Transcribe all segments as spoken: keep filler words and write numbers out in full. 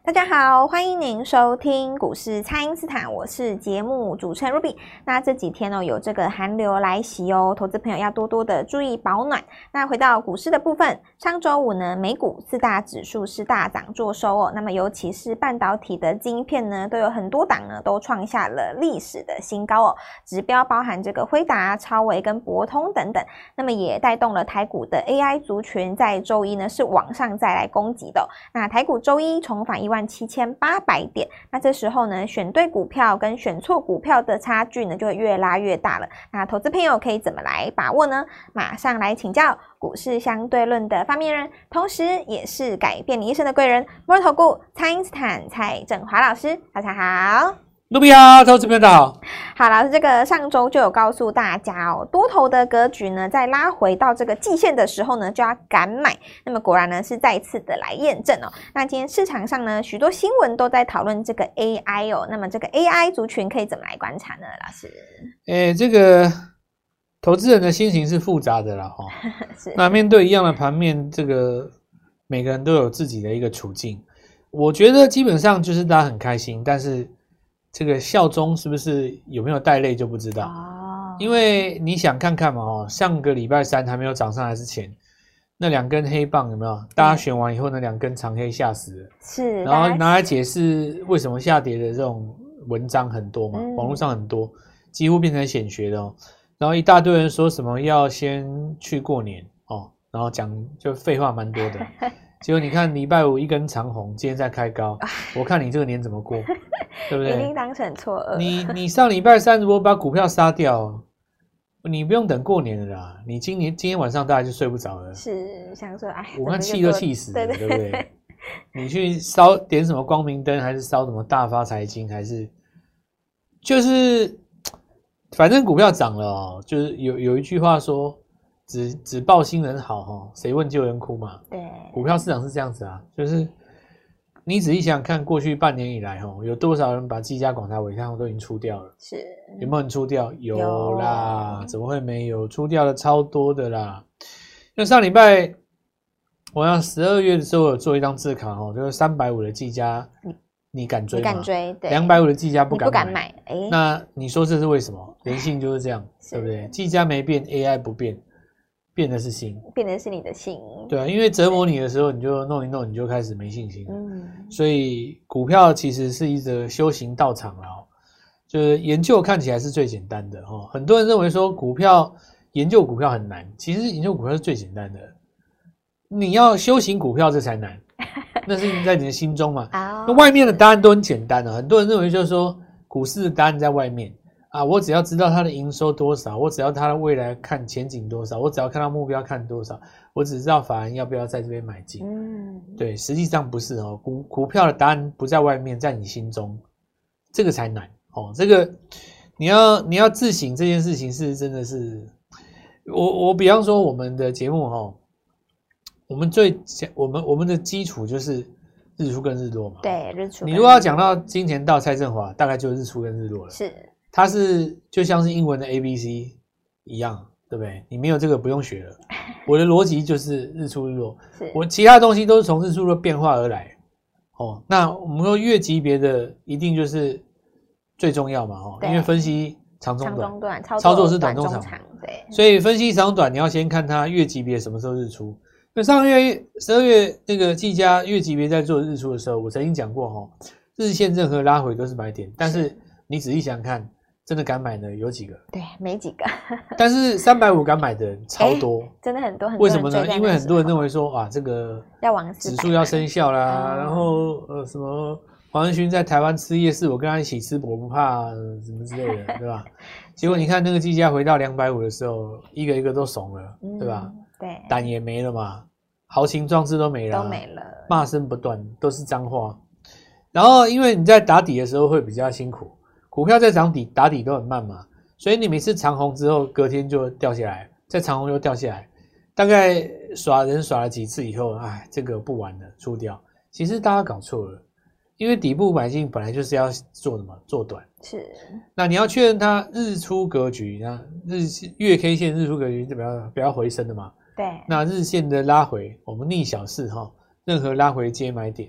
大家好，欢迎您收听股市蔡因斯坦，我是节目主持人 Ruby。那这几天呢、哦，有这个寒流来袭哦，投资朋友要多多的注意保暖。那回到股市的部分，上周五呢，美股四大指数是大涨作收哦。那么尤其是半导体的晶片呢，都有很多档呢都创下了历史的新高哦。指标包含这个辉达、超微跟博通等等，那么也带动了台股的 A I 族群在周一呢是往上再来攻击的、哦。那台股周一重返一万七千八百点，那这时候呢，选对股票跟选错股票的差距呢，就会越拉越大了。那投资朋友可以怎么来把握呢？马上来请教股市相对论的发明人，同时也是改变你一生的贵人——摩尔投顾蔡因斯坦蔡正华老师，大家好。 卢比好，投资朋友大家好。 好，老师，这个上周就有告诉大家哦，多头的格局呢，在拉回到这个季线的时候呢，就要敢买。那么果然呢，是再次的来验证哦。那今天市场上呢，许多新闻都在讨论这个 A I 哦。那么这个 A I 族群可以怎么来观察呢？老师？ 诶，这个投资人的心情是复杂的啦，哈、哦。是。那面对一样的盘面，这个每个人都有自己的一个处境。我觉得基本上就是大家很开心，但是这个笑中是不是有没有带泪就不知道、哦、因为你想看看嘛、哦、上个礼拜三还没有涨上来之前，那两根黑棒有没有？大家选完以后那两根长黑吓死了， 是， 然后拿来解释为什么下跌的这种文章很多嘛，嗯、网络上很多，几乎变成显学的哦。然后一大堆人说什么要先去过年哦，然后讲就废话蛮多的。结果你看礼拜五一根长红，今天在开高，我看你这个年怎么过，对不对？ 一定当成错愕。 你你上礼拜三如果把股票杀掉，你不用等过年了啦，你今年今天晚上大概就睡不着了。 是想说，哎， 我看气都气死了， 对 对, 对不对？你去烧点什么光明灯，还是烧什么大发财金，还是就是反正股票涨了哦，就是有有一句话说。只只报新人好齁，谁问旧人哭嘛？ 对， 股票市场是这样子啊，就是你仔细想想看，过去半年以来齁，有多少人把技嘉、广达、伟创都已经出掉了？ 是， 有没有人出掉？有啦，怎么会没有？出掉的超多的啦。因为上礼拜我要十二月的时候有做一张字卡齁，就是三百五的技嘉，你敢追吗？ 你敢追？对， 两百五的技嘉不敢买， 不敢买。欸、 那你说这是为什么？人性就是这样，对不对？技嘉没变 ，A I 不变。变的是心， 变的是你的心， 对啊，因为折磨你的时候，你就弄一弄，你就开始没信心了。嗯，所以股票其实是一则修行道场啦、哦，就是研究看起来是最简单的哦。很多人认为说股票研究股票很难，其实研究股票是最简单的。你要修行股票这才难，那是在你的心中嘛。那外面的答案都很简单的、哦，很多人认为就是说股市的答案在外面。啊，我只要知道它的营收多少，我只要它的未来看前景多少，我只要看到目标看多少，我只知道法人要不要在这边买进。嗯，对，实际上不是哦，股股票的答案不在外面，在你心中，这个才难哦。这个你要你要自省这件事情是真的是，我我比方说我们的节目哦，我们最我们我们的基础就是日出跟日落嘛。 对，日出。 你如果要讲到金钱道蔡振华，大概就是日出跟日落了。 是。 它是就像是英文的 A B C 一样，对不对？你没有这个不用学了。我的逻辑就是日出日落，我其他东西都是从日出日落变化而来。哦，那我们说月级别的一定就是最重要嘛，哦，因为分析长中短， 长中短操作, 操作是短中 长, 长，对。 所以分析长短，你要先看它月级别什么时候日出。因为上个月十二月那个技嘉月级别在做日出的时候，我曾经讲过哈、哦，日线任何拉回都是买点，但是你仔细想想看。真的敢买的有几个？ 对，没几个。 但是三百五敢买的人超多， 欸、真的很多很多。 为什么呢？因为很多人认为说啊，这个要往指数要生效啦，然后呃什么黄仁勋在台湾吃夜市，我跟他一起吃，我不怕什么之类的，对吧？结果你看那个技嘉回到两百五的时候，一个一个都怂了，嗯、对吧？ 对， 胆也没了嘛，豪情壮志都没了， 都没了， 骂声不断，都是脏话。然后因为你在打底的时候会比较辛苦。股票在涨底打底都很慢嘛，所以你每次长红之后，隔天就掉下来，再长红又掉下来，大概耍人耍了几次以后，哎，这个不玩了，出掉。其实大家搞错了，因为底部买进本来就是要做什么做短， 是。 那你要确认它日出格局，那日月 K 线日出格局就比较比较回升的嘛。 对。 那日线的拉回，我们逆小视哈，任何拉回接买点。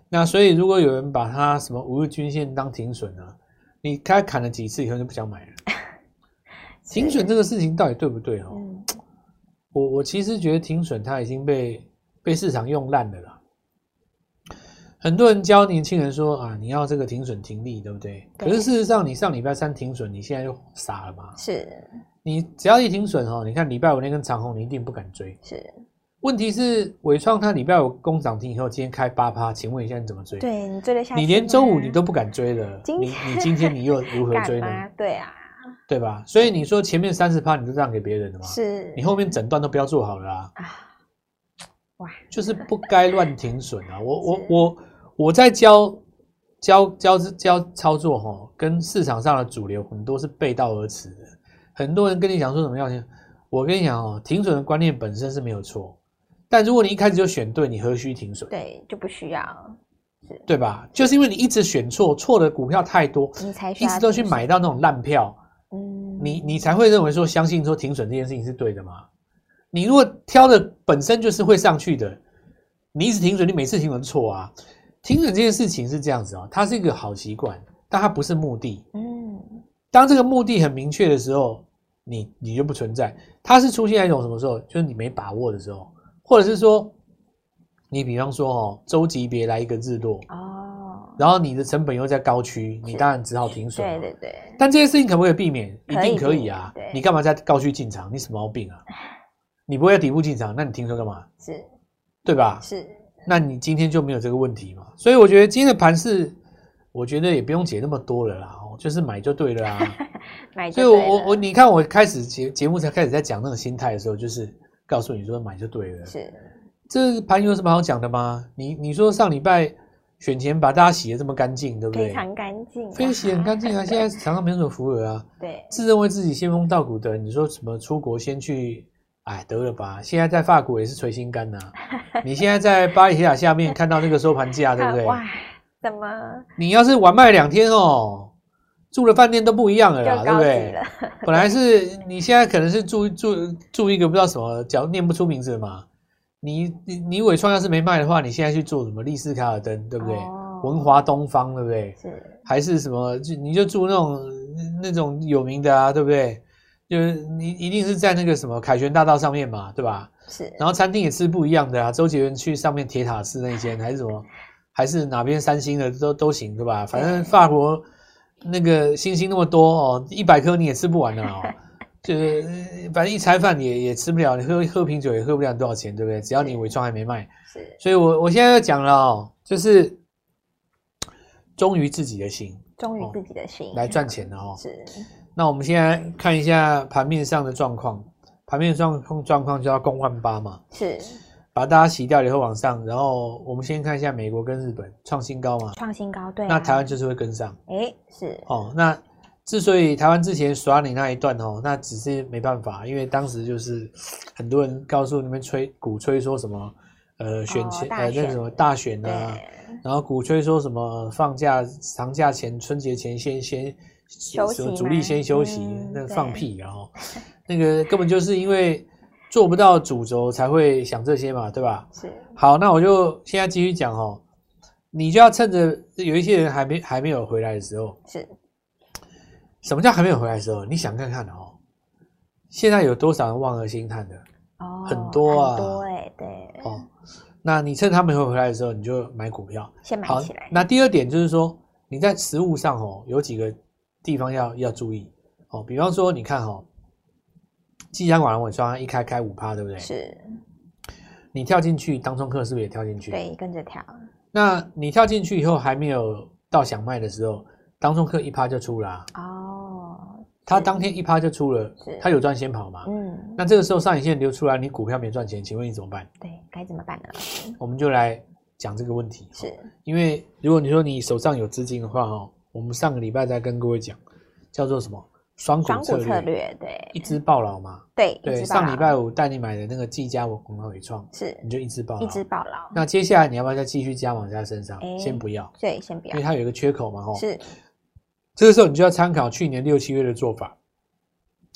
那所以如果有人把它什么五日均线当停损啊，你开砍了几次以后就不想买了。停损这个事情到底对不对哦？嗯、我我其实觉得停损它已经被被市场用烂了啦。很多人教年轻人说啊，你要这个停损停利，对不对？对，可是事实上，你上礼拜三停损，你现在就傻了嘛？是。你只要一停损哦，你看礼拜五那根长红，你一定不敢追。是。问题是伟创它礼拜五攻涨停以后，今天开 百分之八， 请问你现在怎么追？ 对，你追得下去吗？ 你连周五你都不敢追了，你你今天你又如何追呢？ 对啊， 对吧？所以你说前面 百分之三十 你都让给别人了吗？是。你后面整段都不要做好了啊！啊哇，就是不该乱停损啊！我我我。我在教教教教操作哈，跟市场上的主流很多是背道而驰的。很多人跟你讲说什么要停，我跟你讲哦，停损的观念本身是没有错，但如果你一开始就选对，你何须停损？ 对，就不需要， 对吧？就是因为你一直选错，错的股票太多， 你才一直都去买到那种烂票，嗯，你你才会认为说相信说停损这件事情是对的嘛？你如果挑的本身就是会上去的，你一直停损，你每次停损错啊。停损这件事情是这样子哦，它是一个好习惯，但它不是目的。嗯，当这个目的很明确的时候，你你就不存在。它是出现在一种什么时候？就是你没把握的时候，或者是说，你比方说哦，周级别来一个日落哦，然后你的成本又在高区，你当然只好停损。 对对对。 但这些事情可不可以避免？一定可以啊。对。你干嘛在高区进场？你什么毛病啊？你不会在底部进场，那你停损干嘛？是，对吧？是。那你今天就没有这个问题嘛？所以我觉得今天的盘势，我觉得也不用解那么多了啦，就是买就对了啊。 买就对了。 所以我我我你看我开始节节目才开始在讲那种心态的时候，就是告诉你说买就对了。是。这盘有什么好讲的吗？你你说上礼拜选前把大家洗得这么干净，对不对？ 非常干净。 非常洗很干净啊！现在场上没什么浮额啊。对。自认为自己仙风道骨的，你说什么出国先去？哎，得了吧！现在在法国也是捶心肝呐、啊。你现在在巴黎铁塔下面看到那个收盘价，对不对？ 哇，怎么？ 你要是晚卖两天哦，住的饭店都不一样了啦，对不对？本来是你现在可能是住住住一个不知道什么，叫念不出名字的嘛。你你你伟创要是没卖的话，你现在去住什么丽思卡尔登，对不对？哦、文华东方，对不对？是。还是什么？就你就住那种那种有名的啊，对不对？就是你一定是在那个什么凯旋大道上面嘛，对吧？是。然后餐厅也吃不一样的啊，周杰伦去上面铁塔寺那间，还是什么，还是哪边三星的都都行，对吧？反正法国那个星星那么多哦，一百颗你也吃不完的哦。就是反正一餐饭也也吃不了，你喝喝瓶酒也喝不了多少钱，对不对？只要你伟创还没卖。是。所以我我现在要讲了哦，就是忠于自己的心， 忠于自己的心、 哦、来赚钱的哦。是。那我们现在看一下盘面上的状况，盘面状况状况就要攻万八嘛，是把大家洗掉以后往上，然后我们先看一下美国跟日本创新高嘛， 创新高，对、啊， 那台湾就是会跟上， 哎，是哦，那之所以台湾之前耍你那一段哦，那只是没办法，因为当时就是很多人告诉你们吹鼓吹说什么，呃，选前、哦、呃那个什么大选啊，然后鼓吹说什么放假长假前春节前先先。 休息主力先休息，嗯、那个放屁，然后那个根本就是因为做不到主轴才会想这些嘛，对吧？是。好，那我就现在继续讲哦，你就要趁着有一些人还没还没有回来的时候，是。什么叫还没有回来的时候？你想看看哦，现在有多少人望而兴叹的？哦，很多啊， 很多哎、欸，对。 哦，那你趁他们回来的时候，你就买股票， 先买起来。 那第二点就是说，你在实务上哦，有几个地方要要注意哦，比方说你看哦，技嘉广伟创一开开 百分之五， 对不对？是。你跳进去，当冲客是不是也跳进去？ 对，跟着跳。 那你跳进去以后还没有到想卖的时候，当冲客 百分之一 就出了、啊、哦。他当天 百分之一 就出了，他有赚先跑嘛？嗯。那这个时候上影线流出来，你股票没赚钱，请问你怎么办？ 对，该怎么办呢？ 我们就来讲这个问题。是。因为如果你说你手上有资金的话哦。我们上个礼拜在跟各位讲，叫做什么双股策略？ 策略对， 一支爆牢嘛。 对对，上礼拜五带你买的那个技嘉、广达、伟创，是你就一支爆牢， 一支爆牢。 那接下来你要不要再继续加码在身上？先不要， 对，先不要， 因为它有一个缺口嘛，吼。 是。 这个时候你就要参考去年六七月的做法。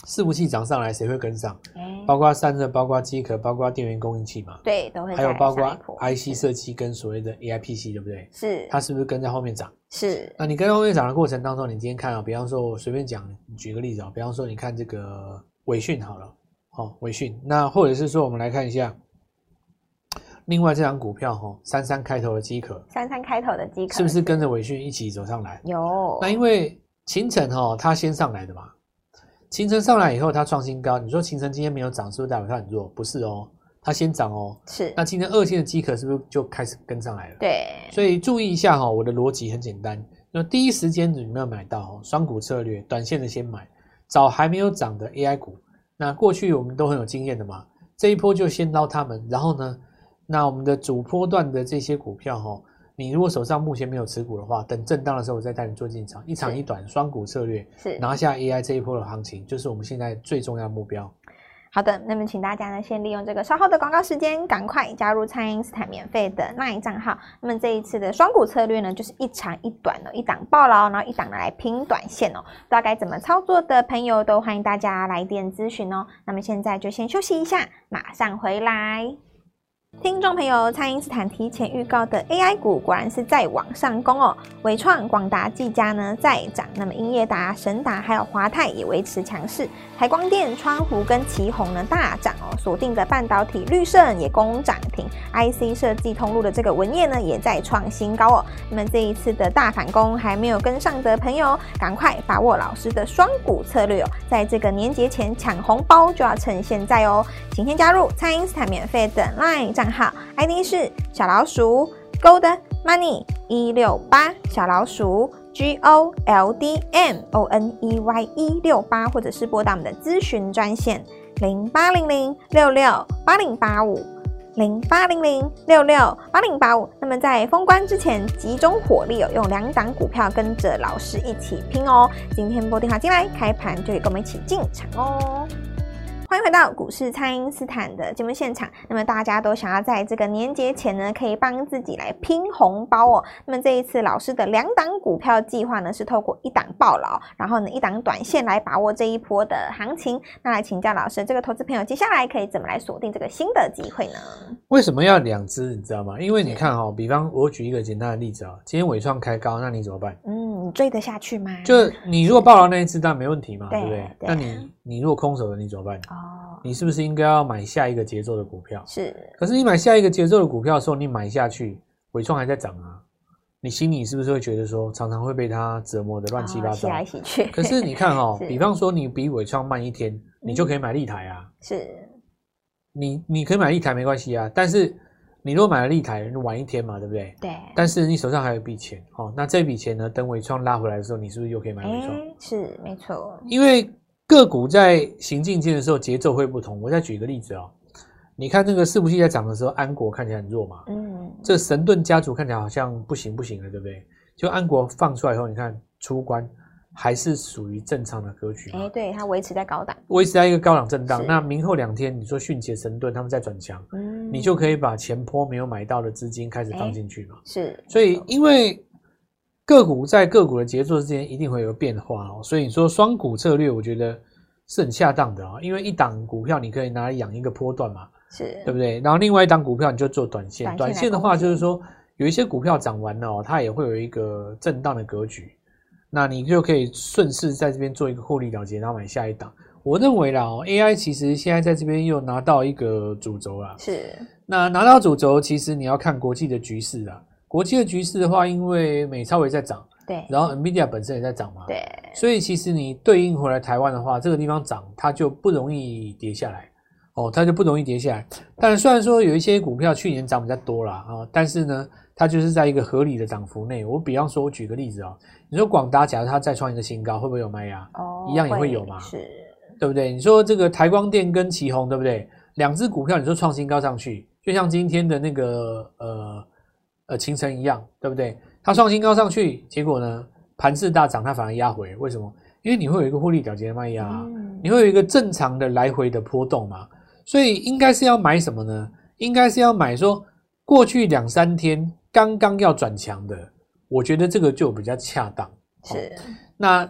伺服器涨上来，谁会跟上？ 欸、 包括散热，包括机壳，包括电源供应器嘛， 对，都会。 还有包括 I C 设计跟所谓的 A I P C， 对不对？ 是， 它是不是跟在后面涨？ 是。 那你跟在后面涨的过程当中，你今天看啊，比方说我随便讲，举个例子啊，比方说你看这个伟讯好了，哦，伟讯，那或者是说我们来看一下，另外这张股票哈、哦，三三开头的机壳， 三三开头的机壳， 是不是跟着伟讯一起走上来？ 有。 那因为勤诚哈、哦，它先上来的嘛。勤诚上来以后，它创新高。你说勤诚今天没有涨，是不是代表它很弱？不是哦，它先涨哦。 是。那今天二线的机壳是不是就开始跟上来了？ 对。 所以注意一下哈、哦，我的逻辑很简单。那第一时间你没有买到哦，双股策略，短线的先买，找还没有涨的 A I 股。那过去我们都很有经验的嘛，这一波就先捞他们。然后呢，那我们的主波段的这些股票哈、哦。你如果手上目前没有持股的话，等震荡的时候我再带你做进场，一长一短双股策略，是拿下 A I 这一波的行情，就是我们现在最重要的目标。 好的，那么请大家呢先利用这个稍后的广告时间，赶快加入蔡因斯坦免费的 LINE 账号。那么这一次的双股策略呢，就是一长一短哦，一档抱牢，然后一档来拼短线哦。不知道该怎么操作的朋友，都欢迎大家来电咨询哦。那么现在就先休息一下，马上回来。听众朋友，蔡因斯坦提前预告的 A I 股果然是在往上攻哦，伟创、广达、技嘉呢再涨，那么英业达、神达还有华泰也维持强势，台光电、川湖跟奇宏呢大涨哦，锁定的半导体绿盛也攻涨停 ，I C 设计通路的这个文业呢也在创新高哦。那么这一次的大反攻还没有跟上的朋友，赶快把握老师的双股策略哦，在这个年节前抢红包就要趁现在哦，请先加入蔡因斯坦免费的 LINE 账号 ，I D 是小老鼠 Gold Money 一六八小老鼠 G O L D M O N E Y 一六八，或者是拨打我们的咨询专线零八零零六六八零八五零八零零六六八零八五。那么在封关之前，集中火力哦，用两档股票跟着老师一起拼哦。今天拨电话进来，开盘就可以跟我们一起进场哦。欢迎回到股市蔡因斯坦的节目现场。那么大家都想要在这个年节前呢，可以帮自己来拼红包哦。那么这一次老师的两档股票计划呢，是透过一档抱牢，然后呢一档短线来把握这一波的行情。那来请教老师，这个投资朋友接下来可以怎么来锁定这个新的机会呢？ 为什么要两只？你知道吗？因为你看哦，比方我举一个简单的例子啊、哦，今天伟创开高，那你怎么办？ 嗯，你追得下去吗？ 就你如果抱牢那一只，当然没问题嘛， 对, 对不对？ 对那你你如果空手的，你怎么办？ 哦， 你是不是应该要买下一个节奏的股票？ 是。 可是你买下一个节奏的股票的时候，你买下去，伟创还在涨啊，你心里是不是会觉得说，常常会被它折磨的乱七八糟， 洗来洗去？ 可是你看哦，比方说你比伟创慢一天，你就可以买立台啊。 是。 你你可以买立台没关系啊，但是你如果买了立台，你晚一天嘛，对不对？ 对。 但是你手上还有一笔钱，哦，那这笔钱呢，等伟创拉回来的时候，你是不是又可以买伟创？ 欸，是没错。 因为个股在行进间的时候节奏会不同。我再举个例子哦，你看那个伺服器在涨的时候，安国看起来很弱嘛，嗯，这神盾家族看起来好像不行不行了，对不对？就安国放出来以后，你看出关还是属于正常的格局嘛， 哎，对，它维持在高档， 维持在一个高档震荡。那明后两天，你说迅捷、神盾他们在转强， 嗯， 你就可以把前波没有买到的资金开始放进去嘛。 是， 所以因为个股在个股的节奏之间一定会有变化哦，所以你说双股策略，我觉得是很恰当的哦，因为一档股票你可以拿来养一个波段嘛， 是， 对不对？然后另外一档股票你就做短线，短线的话就是说有一些股票涨完了哦，它也会有一个震荡的格局。那你就可以顺势在这边做一个获利了结，然后买下一档。我认为啦、哦、，A I 其实现在在这边又拿到一个主轴啦。 是。那拿到主轴，其实你要看国际的局势啦。国际的局势的话，因为美超也在涨， 对， 然后 Nvidia 本身也在涨嘛， 对， 所以其实你对应回来台湾的话，这个地方涨，它就不容易跌下来。哦，它就不容易跌下来。但虽然说有一些股票去年涨比较多啦，啊，但是呢，它就是在一个合理的涨幅内。我比方说，我举个例子啊，你说广达，假如它再创一个新高，会不会有卖压？ 哦， 一样也会有嘛， 是， 对不对？你说这个台光电跟奇宏，对不对？两只股票，你说创新高上去，就像今天的那个呃呃勤诚一样，对不对？它创新高上去，结果呢，盘势大涨，它反而压回，为什么？因为你会有一个获利了结的卖压、啊嗯，你会有一个正常的来回的波动嘛。所以应该是要买什么呢？应该是要买说过去两三天刚刚要转强的，我觉得这个就比较恰当。 是、哦， 那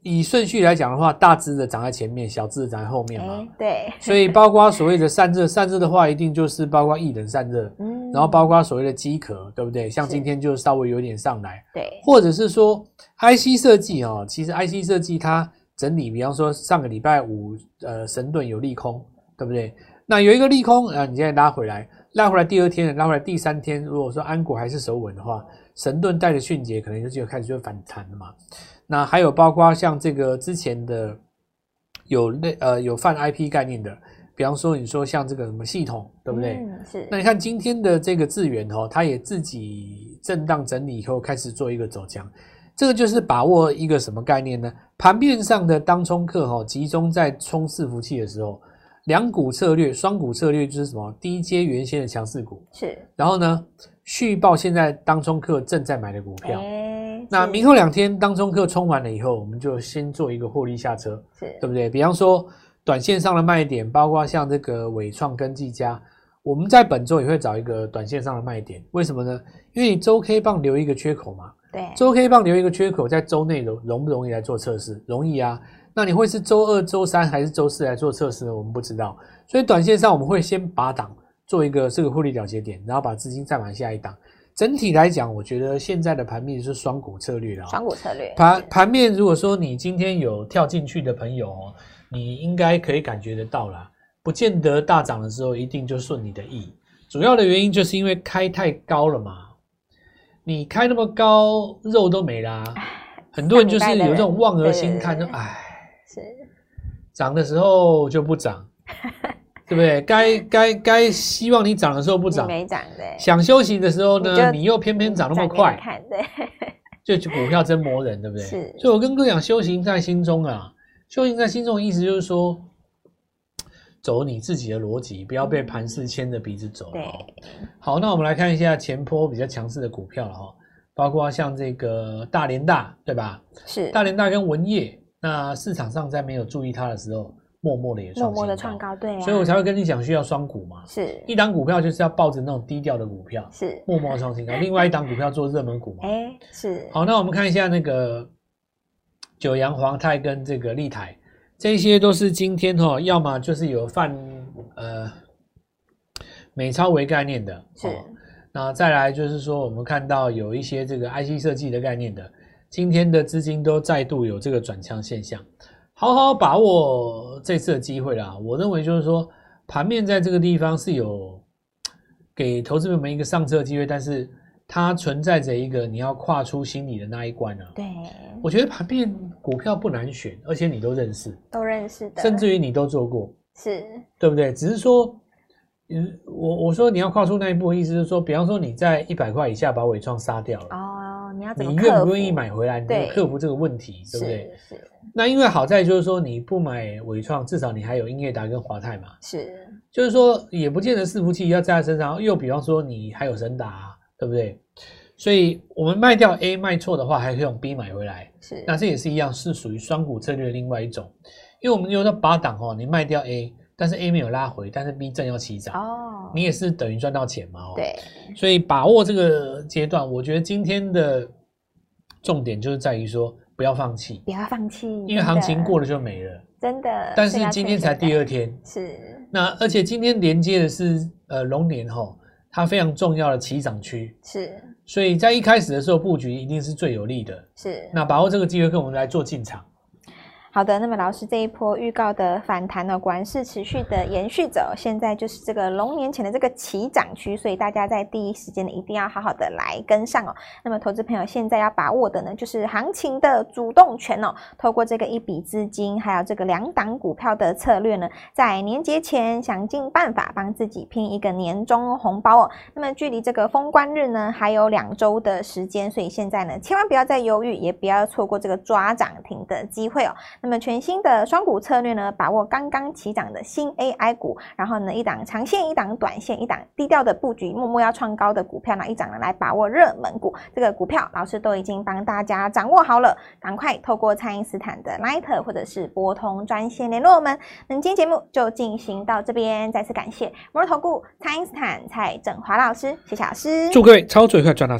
以顺序来讲的话，大只的涨在前面，小只的涨在后面嘛。 欸、对， 所以包括所谓的散热，散热的话，一定就是包括液冷散热，嗯，然后包括所谓的机壳，对不对？像今天就稍微有点上来， 对， 或者是说 I C 设计哦，其实 I C 设计它整理，比方说上个礼拜五，呃，神盾有利空，对不对？那有一个利空啊，你现在拉回来，拉回来第二天，拉回来第三天，如果说安国还是守稳的话，神盾带着迅捷可能就开始就反弹了嘛。那还有包括像这个之前的有类呃有泛 I P 概念的，比方说你说像这个什么系统，对不对？ 嗯，是。 那你看今天的这个智原哦，它也自己震荡整理以后开始做一个走强，这个就是把握一个什么概念呢？盘面上的当冲客哦，集中在冲伺服器的时候，两股策略，双股策略就是什么？低阶原先的强势股是， 然后呢，续报现在当冲客正在买的股票。 欸那明后两天当冲客冲完了以后，我们就先做一个获利下车，对不对？比方说短线上的卖点，包括像这个伟创跟技嘉，我们在本周也会找一个短线上的卖点。为什么呢？因为你周 K 棒留一个缺口嘛， 对， 周 K 棒留一个缺口，在周内容容不容易来做测试？容易啊。那你会是周二、周三还是周四来做测试呢？我们不知道。所以短线上我们会先拔档，做一个这个获利了结点，然后把资金再买下一档。整体来讲，我觉得现在的盘面是双股策略啦。 双股策略。 盘盘面，如果说你今天有跳进去的朋友哦，你应该可以感觉得到啦，不见得大涨的时候一定就顺你的意。主要的原因就是因为开太高了嘛，你开那么高，肉都没啦。很多人就是有这种望而兴叹，就唉， 是涨的时候就不涨。对不对？该该该希望你涨的时候不涨， 没涨的。 想休息的时候呢，你又偏偏涨那么快， 看对， 就股票真磨人，对不对？ 是。 所以我跟各位讲，修行在心中啊，修行在心中的意思就是说，走你自己的逻辑，不要被盘势牵着鼻子走。 对。 好，那我们来看一下前波比较强势的股票了哈，包括像这个大联大，对吧？ 是。 大联大跟文业，那市场上在没有注意它的时候。默默的也创默默的创高，对啊， 所以我才会跟你讲需要双股嘛。 是， 一档股票就是要抱着那种低调的股票， 是默默创新高；另外一档股票做热门股嘛。 哎、欸，是。 好，那我们看一下那个九阳、华泰跟这个立台，这些都是今天哈、哦，要么就是有泛呃美超为概念的， 是。 哦、那再来就是说，我们看到有一些这个 I C 设计的概念的，今天的资金都再度有这个转强现象。好好把握这次的机会啦！我认为就是说，盘面在这个地方是有给投资者们一个上车的机会，但是它存在着一个你要跨出心理的那一关啊。 对， 我觉得盘面股票不难选，而且你都认识， 都认识的， 甚至于你都做过， 是， 对不对？只是说，嗯，我我说你要跨出那一步的意思是说，比方说你在一百块以下把伟创杀掉了， 哦，你要怎么你愿不愿意买回来？你要克服这个问题，对不对？ 是是。 那因为好在就是说你不买伟创，至少你还有英业达跟华泰嘛， 是， 就是说也不见得伺服器要在他身上，又比方说你还有神达、啊，对不对？所以我们卖掉 A 卖错的话，还可以用 B 买回来， 是， 那这也是一样，是属于双股策略的另外一种，因为我们有说八档哦，你卖掉 A， 但是 A 没有拉回，但是 B 正要起涨，哦，你也是等于赚到钱嘛，哦， 对， 所以把握这个阶段，我觉得今天的重点就是在于说。不要放弃， 不要放弃， 因为行情过了就没了， 真的。 但是今天才第二天， 是。 那而且今天连接的是呃龙年吼，它非常重要的起涨区， 是。 所以在一开始的时候布局一定是最有利的， 是。 那把握这个机会，跟我们来做进场。 好的，那么老师这一波预告的反弹呢，果然是持续的延续着，现在就是这个龙年前的这个起涨区，所以大家在第一时间呢一定要好好的来跟上哦。那么投资朋友现在要把握的呢，就是行情的主动权哦。透过这个一笔资金，还有这个两档股票的策略呢，在年节前想尽办法帮自己拼一个年终红包哦。那么距离这个封关日呢，还有两周的时间，所以现在呢，千万不要再犹豫，也不要错过这个抓涨停的机会哦。那么全新的双股策略呢，把握刚刚起涨的新 A I 股，然后呢一档长线，一档短线，一档低调的布局，默默要创高的股票呢，一档呢来把握热门股。这个股票老师都已经帮大家掌握好了，赶快透过蔡因斯坦的 Line 或者是拨通专线联络我们。那今天节目就进行到这边，再次感谢摩尔投顾蔡因斯坦蔡正华老师，谢谢老师， 祝各位操作愉快，赚到钱。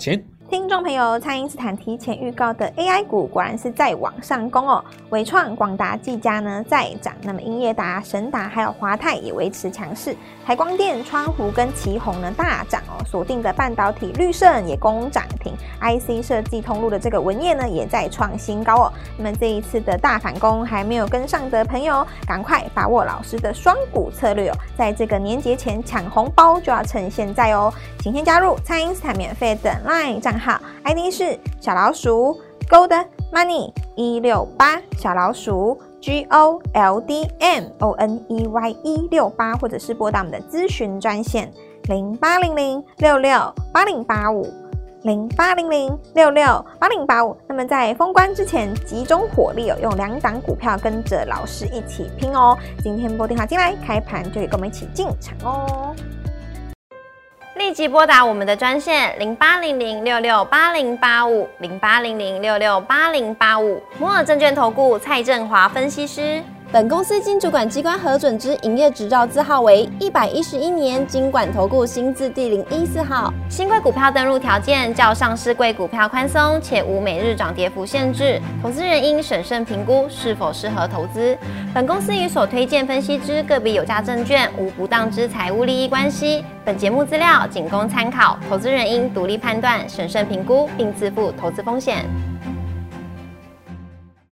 听众朋友，蔡因斯坦提前预告的 A I 股果然是在往上攻哦。伟创、广达、技嘉呢再涨，那么英业达、神达还有华泰也维持强势。台光电、川湖跟奇宏呢大涨哦，锁定的半导体绿盛也攻涨停 ，I C 设计通路的这个文业呢也在创新高哦。那么这一次的大反攻还没有跟上的朋友，赶快把握老师的双股策略哦，在这个年节前抢红包就要趁现在哦。请先加入蔡因斯坦免费的 LINE 账号 ，I D 是小老鼠 Gold Money 一六八小老鼠。G O L D M O N E Y 一六八，或者是拨打我们的咨询专线零八零零六六八零八五零八零零六六八零八五。那么在封关之前，集中火力哦，用两档股票跟着老师一起拼哦。今天拨电话进来，开盘就可以跟我们一起进场哦。 立即拨打我们的专线零八零零六六八零八五零八零零六六八零八五。摩尔证券投顾蔡正华分析师。 本公司经主管机关核准之营业执照字号为一百一十一年金管投顾新字第零一四号。 新贵股票登录条件较上市贵股票宽松，且无每日涨跌幅限制，投资人应审慎评估是否适合投资。本公司与所推荐分析之个别有价证券无不当之财务利益关系。本节目资料仅供参考，投资人应独立判断、审慎评估，并自负投资风险。